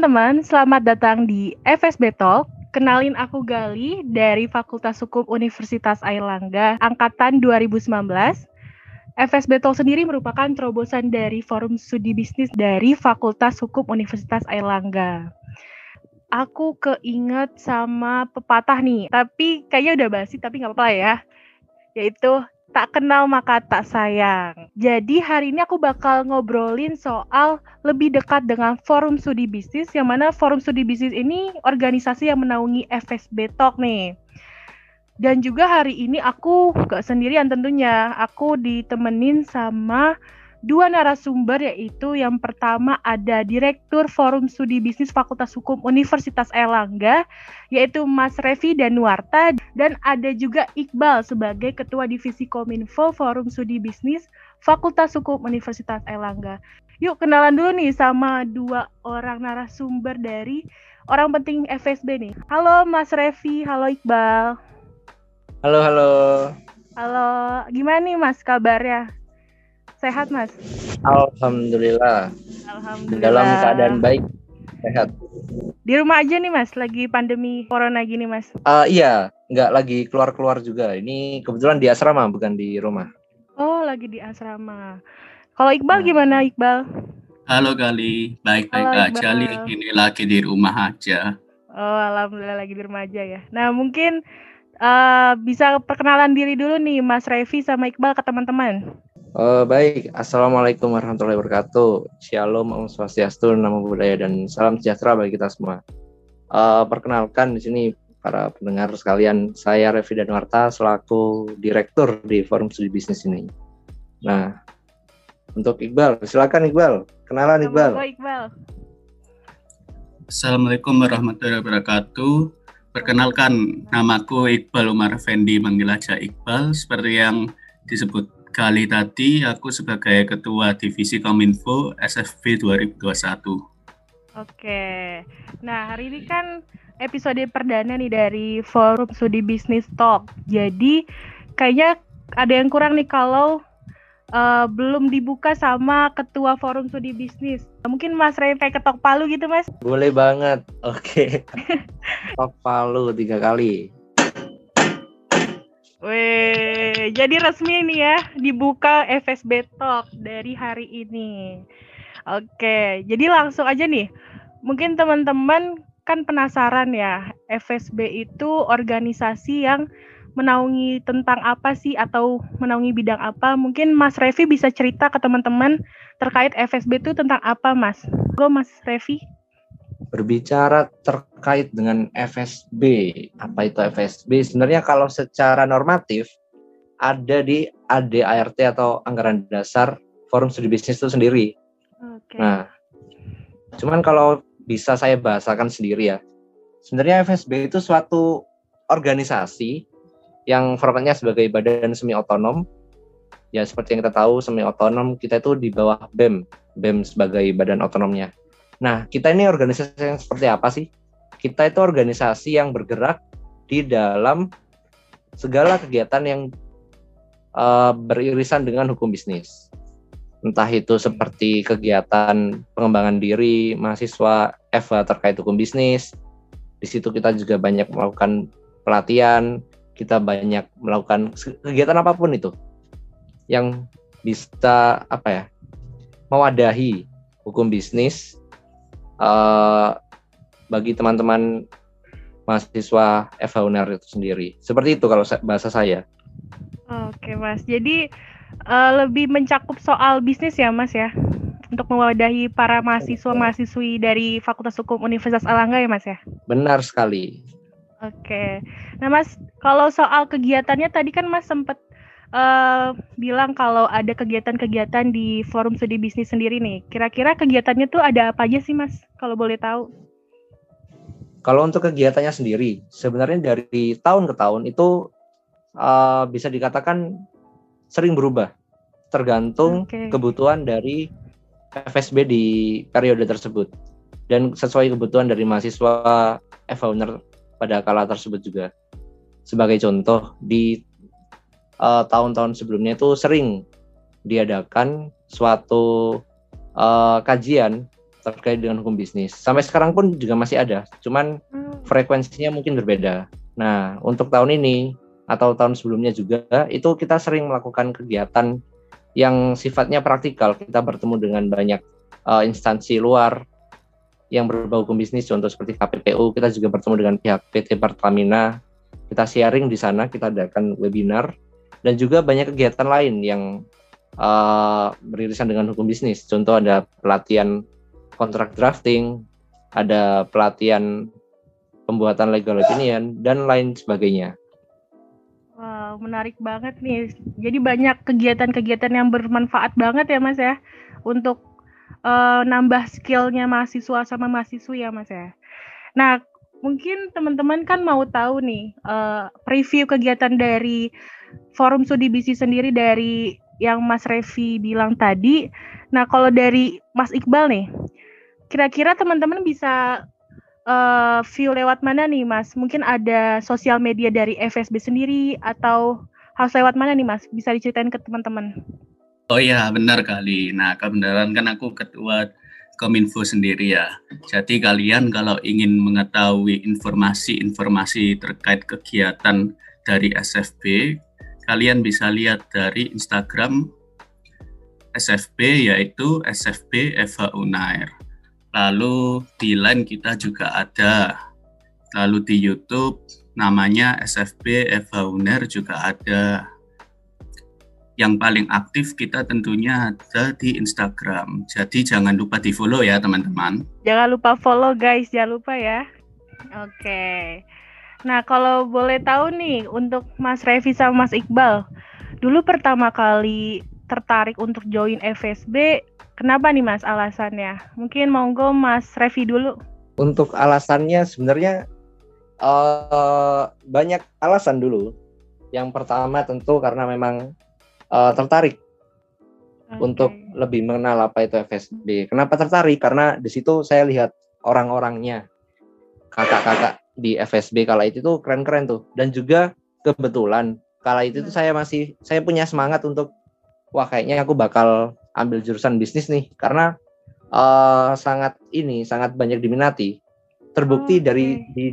teman-teman, selamat datang di FSB Talk. Kenalin aku Gali dari Fakultas Hukum Universitas Airlangga angkatan 2019. FSB Talk sendiri merupakan terobosan dari Forum Studi Bisnis dari Fakultas Hukum Universitas Airlangga. Aku keinget sama pepatah nih, tapi kayaknya udah basi, tapi nggak apa-apa ya. Yaitu, tak kenal maka tak sayang. Jadi hari ini aku bakal ngobrolin soal lebih dekat dengan Forum Studi Bisnis, yang mana Forum Studi Bisnis ini organisasi yang menaungi FSB Talk nih. Dan juga hari ini aku gak sendirian tentunya, aku ditemenin sama dua narasumber, yaitu yang pertama ada Direktur Forum Studi Bisnis Fakultas Hukum Universitas Airlangga, yaitu Mas Revi Danuarta, dan ada juga Iqbal sebagai Ketua Divisi Kominfo Forum Studi Bisnis Fakultas Hukum Universitas Airlangga. Yuk kenalan dulu nih sama dua orang narasumber dari orang penting FSB nih. Halo Mas Revi, halo Iqbal. Halo. Halo, gimana nih Mas kabarnya? Sehat Mas? Alhamdulillah. Dalam keadaan baik, sehat. Di rumah aja nih Mas, lagi pandemi corona gini Mas? Iya, nggak lagi keluar juga. Ini kebetulan di asrama, bukan di rumah. Oh, lagi di asrama. Kalau Iqbal gimana Iqbal? Halo Gali, baik-baik aja nih. Ini lagi di rumah aja. Oh, alhamdulillah lagi di rumah aja ya. Nah, mungkin bisa perkenalan diri dulu nih Mas Revi sama Iqbal ke teman-teman. Baik, Assalamualaikum warahmatullahi wabarakatuh. Shalom, Om Swastiastu, Namo Buddhaya, dan salam sejahtera bagi kita semua. Perkenalkan di sini para pendengar sekalian, saya Revi Danuarta selaku Direktur di Forum Studi Bisnis ini. Nah, untuk Iqbal, silakan Iqbal, kenalan Iqbal. Iqbal. Assalamualaikum warahmatullahi wabarakatuh. Perkenalkan, namaku Iqbal Umar Fendi, manggil aja Iqbal. Seperti yang disebut Gali tadi, aku sebagai Ketua Divisi Kominfo SFB 2021. Oke, nah hari ini kan episode perdana nih dari Forum Studi Bisnis Talk. Jadi kayaknya ada yang kurang nih kalau belum dibuka sama Ketua Forum Studi Bisnis. Mungkin Mas Revi kayak ketok palu gitu Mas? Boleh banget, oke. Ketok palu 3 kali. Weh, jadi resmi nih ya dibuka FSB Talk dari hari ini. Oke, jadi langsung aja nih. Mungkin teman-teman kan penasaran ya, FSB itu organisasi yang menaungi tentang apa sih atau menaungi bidang apa? Mungkin Mas Revi bisa cerita ke teman-teman terkait FSB itu tentang apa, Mas? Go Mas Revi. Berbicara terkait dengan FSB, apa itu FSB? Sebenarnya kalau secara normatif ada di ADART atau Anggaran Dasar Forum Studi Bisnis itu sendiri. Okay. Nah, cuman kalau bisa saya bahasakan sendiri ya, sebenarnya FSB itu suatu organisasi yang formatnya sebagai badan semi otonom. Ya seperti yang kita tahu, semi otonom kita itu di bawah BEM sebagai badan otonomnya. Nah, kita ini organisasi yang seperti apa sih? Kita itu organisasi yang bergerak di dalam segala kegiatan yang beririsan dengan hukum bisnis. Entah itu seperti kegiatan pengembangan diri mahasiswa FH terkait hukum bisnis. Di situ kita juga banyak melakukan pelatihan, kita banyak melakukan kegiatan apapun itu yang bisa mewadahi hukum bisnis bagi teman-teman mahasiswa FH UNER itu sendiri. Seperti itu kalau bahasa saya. Oke Mas, jadi lebih mencakup soal bisnis ya Mas ya, untuk mewadahi para mahasiswa-mahasiswi dari Fakultas Hukum Universitas Airlangga ya Mas ya? Benar sekali. Oke, nah Mas, kalau soal kegiatannya tadi kan Mas sempat bilang kalau ada kegiatan-kegiatan di Forum Studi Bisnis sendiri nih. Kira-kira kegiatannya tuh ada apa aja sih Mas, kalau boleh tahu? Kalau untuk kegiatannya sendiri, sebenarnya dari tahun ke tahun itu bisa dikatakan sering berubah, tergantung kebutuhan dari FSB di periode tersebut dan sesuai kebutuhan dari mahasiswa FH UNER pada kala tersebut juga. Sebagai contoh, di tahun-tahun sebelumnya itu sering diadakan suatu kajian terkait dengan hukum bisnis. Sampai sekarang pun juga masih ada, cuman frekuensinya mungkin berbeda. Nah, untuk tahun ini atau tahun sebelumnya juga, itu kita sering melakukan kegiatan yang sifatnya praktikal. Kita bertemu dengan banyak instansi luar yang berbau hukum bisnis, contoh seperti KPPU. Kita juga bertemu dengan pihak PT Pertamina. Kita sharing di sana, kita adakan webinar, dan juga banyak kegiatan lain yang beririsan dengan hukum bisnis. Contoh ada pelatihan kontrak drafting, ada pelatihan pembuatan legal opinion, dan lain sebagainya. Wow, menarik banget nih. Jadi banyak kegiatan-kegiatan yang bermanfaat banget ya Mas ya, untuk nambah skillnya mahasiswa sama mahasiswi ya Mas ya. Nah, mungkin teman-teman kan mau tahu nih, preview kegiatan dari Forum Studi Bisnis sendiri dari yang Mas Revi bilang tadi. Nah, kalau dari Mas Iqbal nih, kira-kira teman-teman bisa view lewat mana nih Mas? Mungkin ada sosial media dari FSB sendiri atau harus lewat mana nih Mas? Bisa diceritain ke teman-teman. Oh iya, benar kali. Nah, kebenaran kan aku ketua Kominfo sendiri ya. Jadi kalian kalau ingin mengetahui informasi-informasi terkait kegiatan dari SFB, kalian bisa lihat dari Instagram SFB, yaitu SFB Eva Unair. Lalu di Line kita juga ada. Lalu di YouTube namanya SFB Eva Unair juga ada. Yang paling aktif kita tentunya ada di Instagram. Jadi jangan lupa di-follow ya teman-teman. Jangan lupa follow guys, jangan lupa ya. Oke. Nah, kalau boleh tahu nih untuk Mas Revi sama Mas Iqbal, dulu pertama kali tertarik untuk join FSB, kenapa nih Mas alasannya? Mungkin monggo Mas Revi dulu. Untuk alasannya sebenarnya banyak alasan dulu. Yang pertama tentu karena memang tertarik untuk lebih mengenal apa itu FSB. Kenapa tertarik? Karena di situ saya lihat orang-orangnya, kakak-kakak di FSB kala itu tuh keren-keren tuh. Dan juga kebetulan kala itu tuh saya punya semangat untuk kayaknya aku bakal ambil jurusan bisnis nih, karena sangat banyak diminati. Terbukti dari di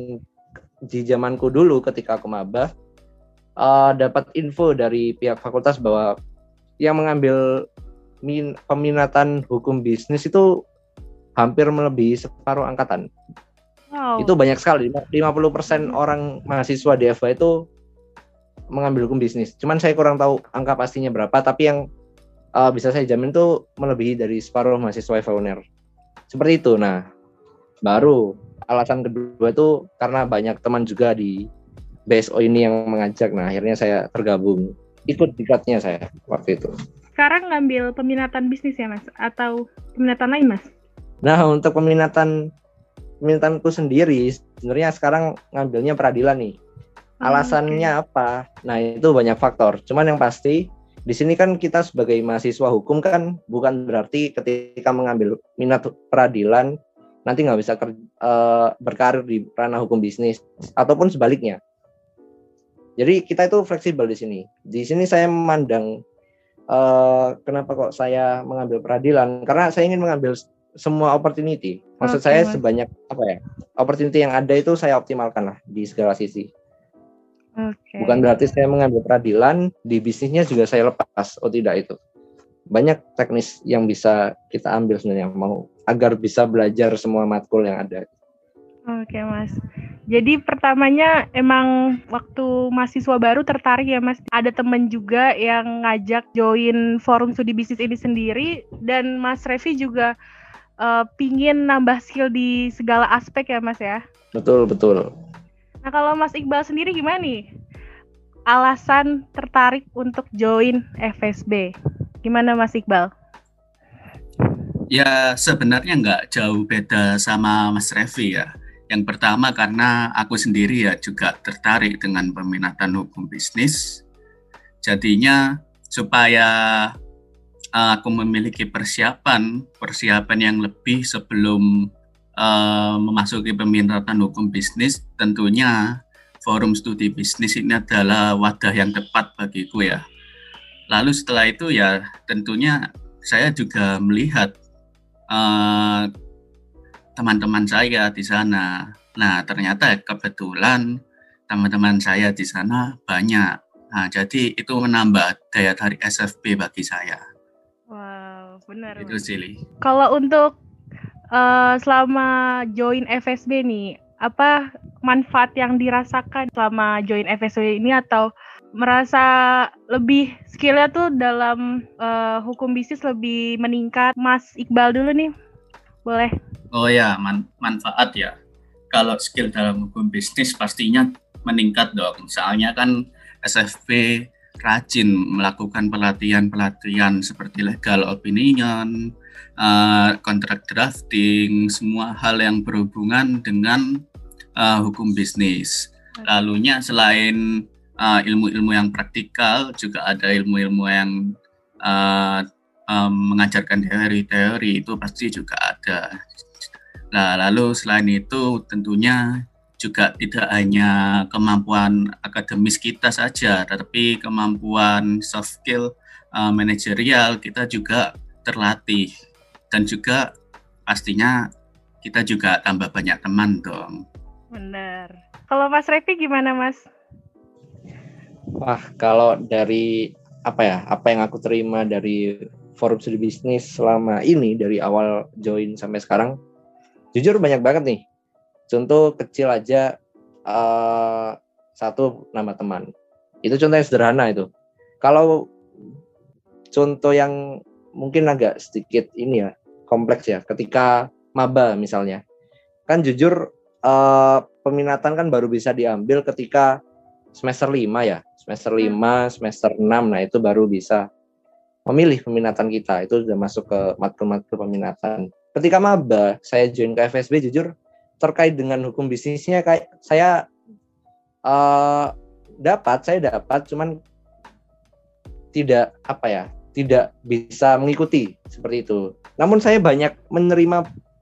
zamanku dulu ketika aku maba, dapat info dari pihak fakultas bahwa yang mengambil peminatan hukum bisnis itu hampir melebihi separuh angkatan. Wow. Itu banyak sekali, 50% orang mahasiswa di FH itu mengambil hukum bisnis. Cuman saya kurang tahu angka pastinya berapa, tapi yang bisa saya jamin itu melebihi dari separuh mahasiswa FH UNER. Seperti itu. Nah, baru alasan kedua itu karena banyak teman juga di BSO ini yang mengajak. Nah, akhirnya saya tergabung, ikut diklatnya saya waktu itu. Sekarang ngambil peminatan bisnis ya Mas, atau peminatan lain Mas? Nah, untuk peminatanku sendiri sebenarnya sekarang ngambilnya peradilan nih. Alasannya apa? Nah, itu banyak faktor. Cuman yang pasti di sini kan kita sebagai mahasiswa hukum kan bukan berarti ketika mengambil minat peradilan nanti nggak bisa berkarir di ranah hukum bisnis ataupun sebaliknya. Jadi kita itu fleksibel di sini. Di sini saya memandang kenapa kok saya mengambil peradilan? Karena saya ingin mengambil semua opportunity. Maksud saya sebanyak opportunity yang ada itu saya optimalkan lah di segala sisi. Bukan berarti saya mengambil peradilan, di bisnisnya juga saya lepas. Oh tidak, itu. Banyak teknis yang bisa kita ambil sebenarnya agar bisa belajar semua matkul yang ada. Oke Mas. Jadi pertamanya emang waktu mahasiswa baru tertarik ya Mas. Ada teman juga yang ngajak join Forum Studi Bisnis ini sendiri, dan Mas Revi juga pingin nambah skill di segala aspek ya Mas ya. Betul. Nah kalau Mas Iqbal sendiri gimana nih? Alasan tertarik untuk join FSB. Gimana Mas Iqbal? Ya sebenarnya nggak jauh beda sama Mas Revi ya. Yang pertama karena aku sendiri ya juga tertarik dengan peminatan hukum bisnis. Jadinya supaya aku memiliki persiapan yang lebih sebelum memasuki peminatan hukum bisnis, tentunya Forum Studi Bisnis ini adalah wadah yang tepat bagiku ya. Lalu setelah itu ya tentunya saya juga melihat eh, teman-teman saya di sana. Nah, ternyata kebetulan teman-teman saya di sana banyak. Nah, jadi itu menambah daya tarik SFB bagi saya. Wow, benar. Itu sih, Li. Kalau untuk selama join FSB nih, apa manfaat yang dirasakan selama join FSB ini, atau merasa lebih skillnya tuh dalam hukum bisnis lebih meningkat? Mas Iqbal dulu nih, boleh? Oh ya, manfaat ya. Kalau skill dalam hukum bisnis pastinya meningkat dong. Soalnya kan SFB rajin melakukan pelatihan-pelatihan seperti legal opinion, kontrak drafting, semua hal yang berhubungan dengan hukum bisnis. Lalunya selain ilmu-ilmu yang praktikal, juga ada ilmu-ilmu yang mengajarkan teori-teori, itu pasti juga ada. Nah, lalu selain itu tentunya juga tidak hanya kemampuan akademis kita saja, tetapi kemampuan soft skill manajerial kita juga terlatih, dan juga pastinya kita juga tambah banyak teman dong. Benar. Kalau Mas Revi gimana, Mas? Wah, kalau dari apa yang aku terima dari Forum Studi Bisnis selama ini, dari awal join sampai sekarang, jujur banyak banget nih. Contoh kecil aja, satu, nama teman. Itu contoh yang sederhana itu. Kalau contoh yang mungkin agak sedikit ini ya, kompleks ya, ketika maba misalnya. Kan jujur peminatan kan baru bisa diambil ketika semester 5 ya. Semester 5, semester 6, nah itu baru bisa memilih peminatan kita. Itu sudah masuk ke matkul-matkul peminatan. Ketika maba, saya join ke FSB, jujur terkait dengan hukum bisnisnya kayak saya dapat, cuman tidak bisa mengikuti seperti itu. Namun saya banyak menerima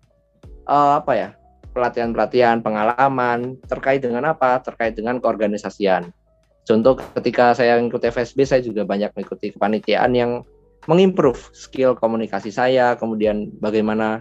pelatihan-pelatihan, pengalaman terkait dengan terkait dengan keorganisasian. Contoh ketika saya mengikuti FSB, saya juga banyak mengikuti kepanitiaan yang mengimprove skill komunikasi saya, kemudian bagaimana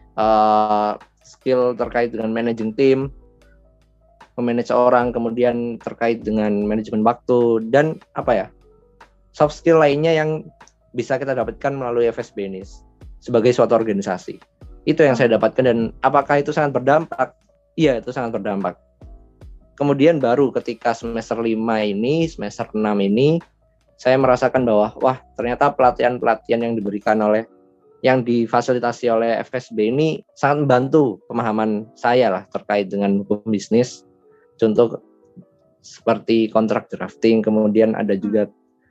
skill terkait dengan managing tim, memanage orang, kemudian terkait dengan manajemen waktu, dan soft skill lainnya yang bisa kita dapatkan melalui FSB ini sebagai suatu organisasi. Itu yang saya dapatkan, dan apakah itu sangat berdampak? Iya, itu sangat berdampak. Kemudian baru ketika semester 5 ini, semester 6 ini, saya merasakan bahwa ternyata pelatihan-pelatihan yang difasilitasi oleh FSB ini sangat membantu pemahaman saya lah terkait dengan hukum bisnis. Contoh seperti kontrak drafting, kemudian ada juga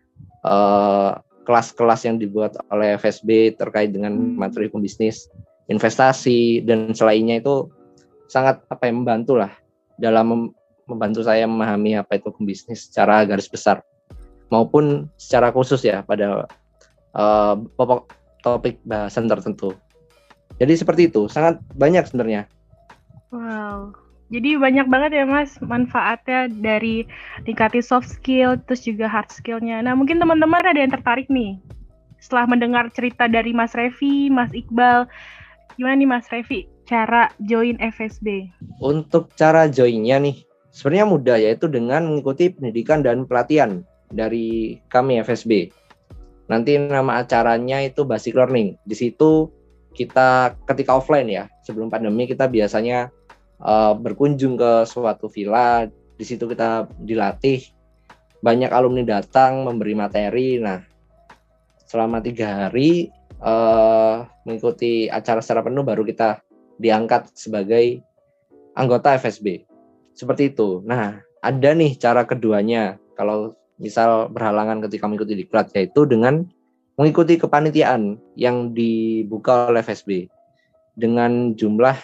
kelas-kelas yang dibuat oleh FSB terkait dengan materi hukum bisnis, investasi, dan selainnya itu sangat membantu lah dalam membantu saya memahami apa itu hukum bisnis secara garis besar maupun secara khusus ya pada pokok topik bahasan tertentu. Jadi seperti itu, sangat banyak sebenarnya. Wow, jadi banyak banget ya Mas manfaatnya dari tingkatin soft skill, terus juga hard skillnya. Nah mungkin teman-teman ada yang tertarik nih setelah mendengar cerita dari Mas Revi, Mas Iqbal. Gimana nih Mas Revi cara join FSB? Untuk cara joinnya nih sebenarnya mudah, yaitu dengan mengikuti pendidikan dan pelatihan dari kami FSB. Nanti nama acaranya itu Basic Learning. Di situ kita ketika offline ya, sebelum pandemi kita biasanya berkunjung ke suatu villa. Di situ kita dilatih, banyak alumni datang memberi materi. Nah, selama 3 hari mengikuti acara secara penuh, baru kita diangkat sebagai anggota FSB. Seperti itu. Nah, ada nih cara keduanya. Kalau misal berhalangan ketika mengikuti diklat, yaitu dengan mengikuti kepanitiaan yang dibuka oleh FSB dengan jumlah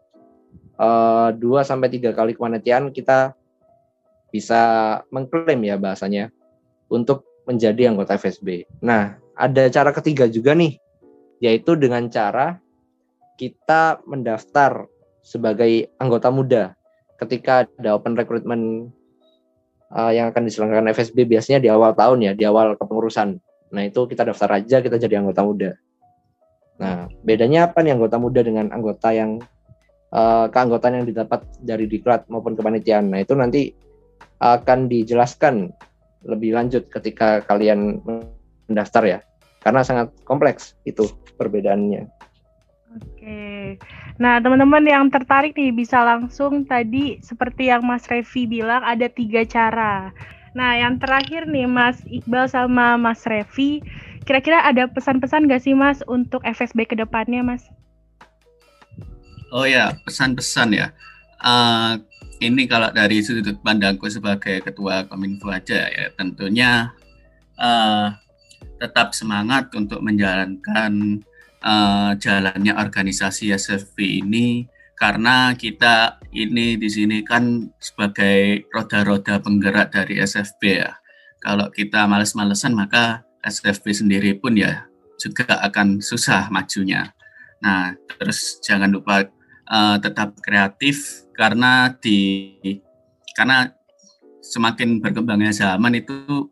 2-3 kali kepanitiaan. Kita bisa mengklaim ya bahasanya untuk menjadi anggota FSB. Nah, ada cara ketiga juga nih, yaitu dengan cara kita mendaftar sebagai anggota muda ketika ada open recruitment yang akan diselenggarakan FSB biasanya di awal tahun ya, di awal kepengurusan. Nah itu kita daftar aja, kita jadi anggota muda. Nah, bedanya apa nih anggota muda dengan anggota yang keanggotaan yang didapat dari diklat maupun kepanitiaan? Nah, itu nanti akan dijelaskan lebih lanjut ketika kalian mendaftar ya, karena sangat kompleks itu perbedaannya. Oke. Nah, teman-teman yang tertarik nih bisa langsung tadi seperti yang Mas Revi bilang ada 3 cara. Nah, yang terakhir nih Mas Iqbal sama Mas Revi, kira-kira ada pesan-pesan nggak sih Mas untuk FSB ke depannya Mas? Oh ya, pesan-pesan ya. Ini kalau dari sudut pandangku sebagai ketua Kominfo aja ya, tentunya tetap semangat untuk menjalankan jalannya organisasi SFB ini, karena kita ini di sini kan sebagai roda-roda penggerak dari SFB ya. Kalau kita males-malesan maka SFB sendiri pun ya juga akan susah majunya. Nah, terus jangan lupa tetap kreatif, karena semakin berkembangnya zaman itu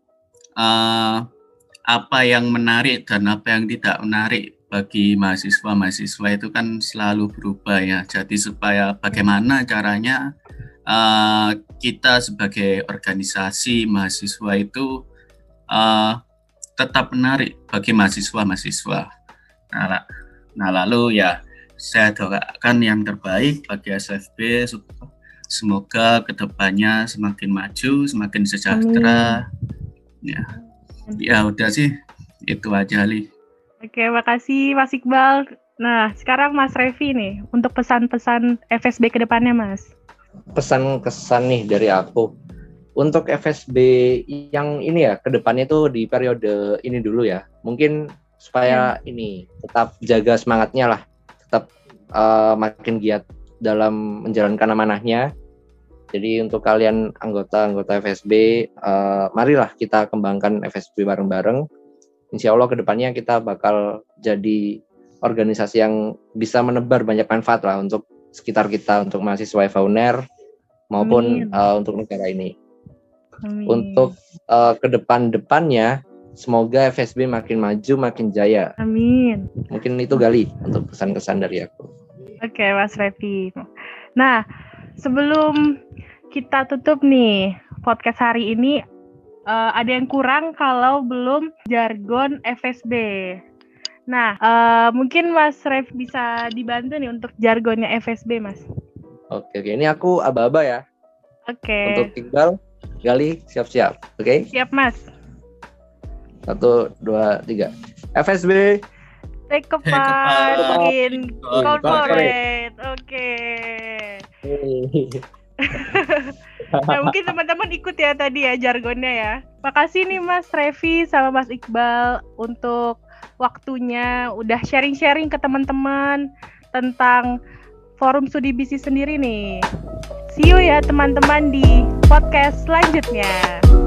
apa yang menarik dan apa yang tidak menarik bagi mahasiswa itu kan selalu berubah ya. Jadi supaya bagaimana caranya kita sebagai organisasi mahasiswa itu tetap menarik bagi mahasiswa. Nah lalu ya saya doakan yang terbaik bagi SFB, semoga kedepannya semakin maju, semakin sejahtera. Ya udah sih, itu aja Ali. Oke, makasih Mas Iqbal. Nah, sekarang Mas Revi nih, untuk pesan-pesan FSB ke depannya, Mas. Pesan-kesan nih dari aku. Untuk FSB yang ini ya, ke depannya itu di periode ini dulu ya. Mungkin supaya ini tetap jaga semangatnya lah. Tetap makin giat dalam menjalankan amanahnya. Jadi untuk kalian anggota FSB, marilah kita kembangkan FSB bareng-bareng. Insya Allah kedepannya kita bakal jadi organisasi yang bisa menebar banyak manfaat lah untuk sekitar kita, untuk mahasiswa FH UNER maupun untuk negara ini. Amin. Untuk kedepannya semoga FSB makin maju, makin jaya. Amin. Mungkin itu Gali untuk pesan-kesan dari aku. Oke, Mas Revi. Nah, sebelum kita tutup nih podcast hari ini, ada yang kurang kalau belum jargon FSB. Nah, mungkin Mas Rev bisa dibantu nih untuk jargonnya FSB, Mas. Oke. Ini aku aba-aba ya. Oke. Untuk Iqbal, Gali, siap-siap. Oke? Siap, Mas. 1, 2, 3. FSB. Take a part in corporate. Oke. Nah, mungkin teman-teman ikut ya tadi ya jargonnya ya. Makasih nih Mas Revi sama Mas Iqbal untuk waktunya, udah sharing-sharing ke teman-teman tentang Forum Studi Bisnis sendiri nih. See you ya teman-teman di podcast selanjutnya.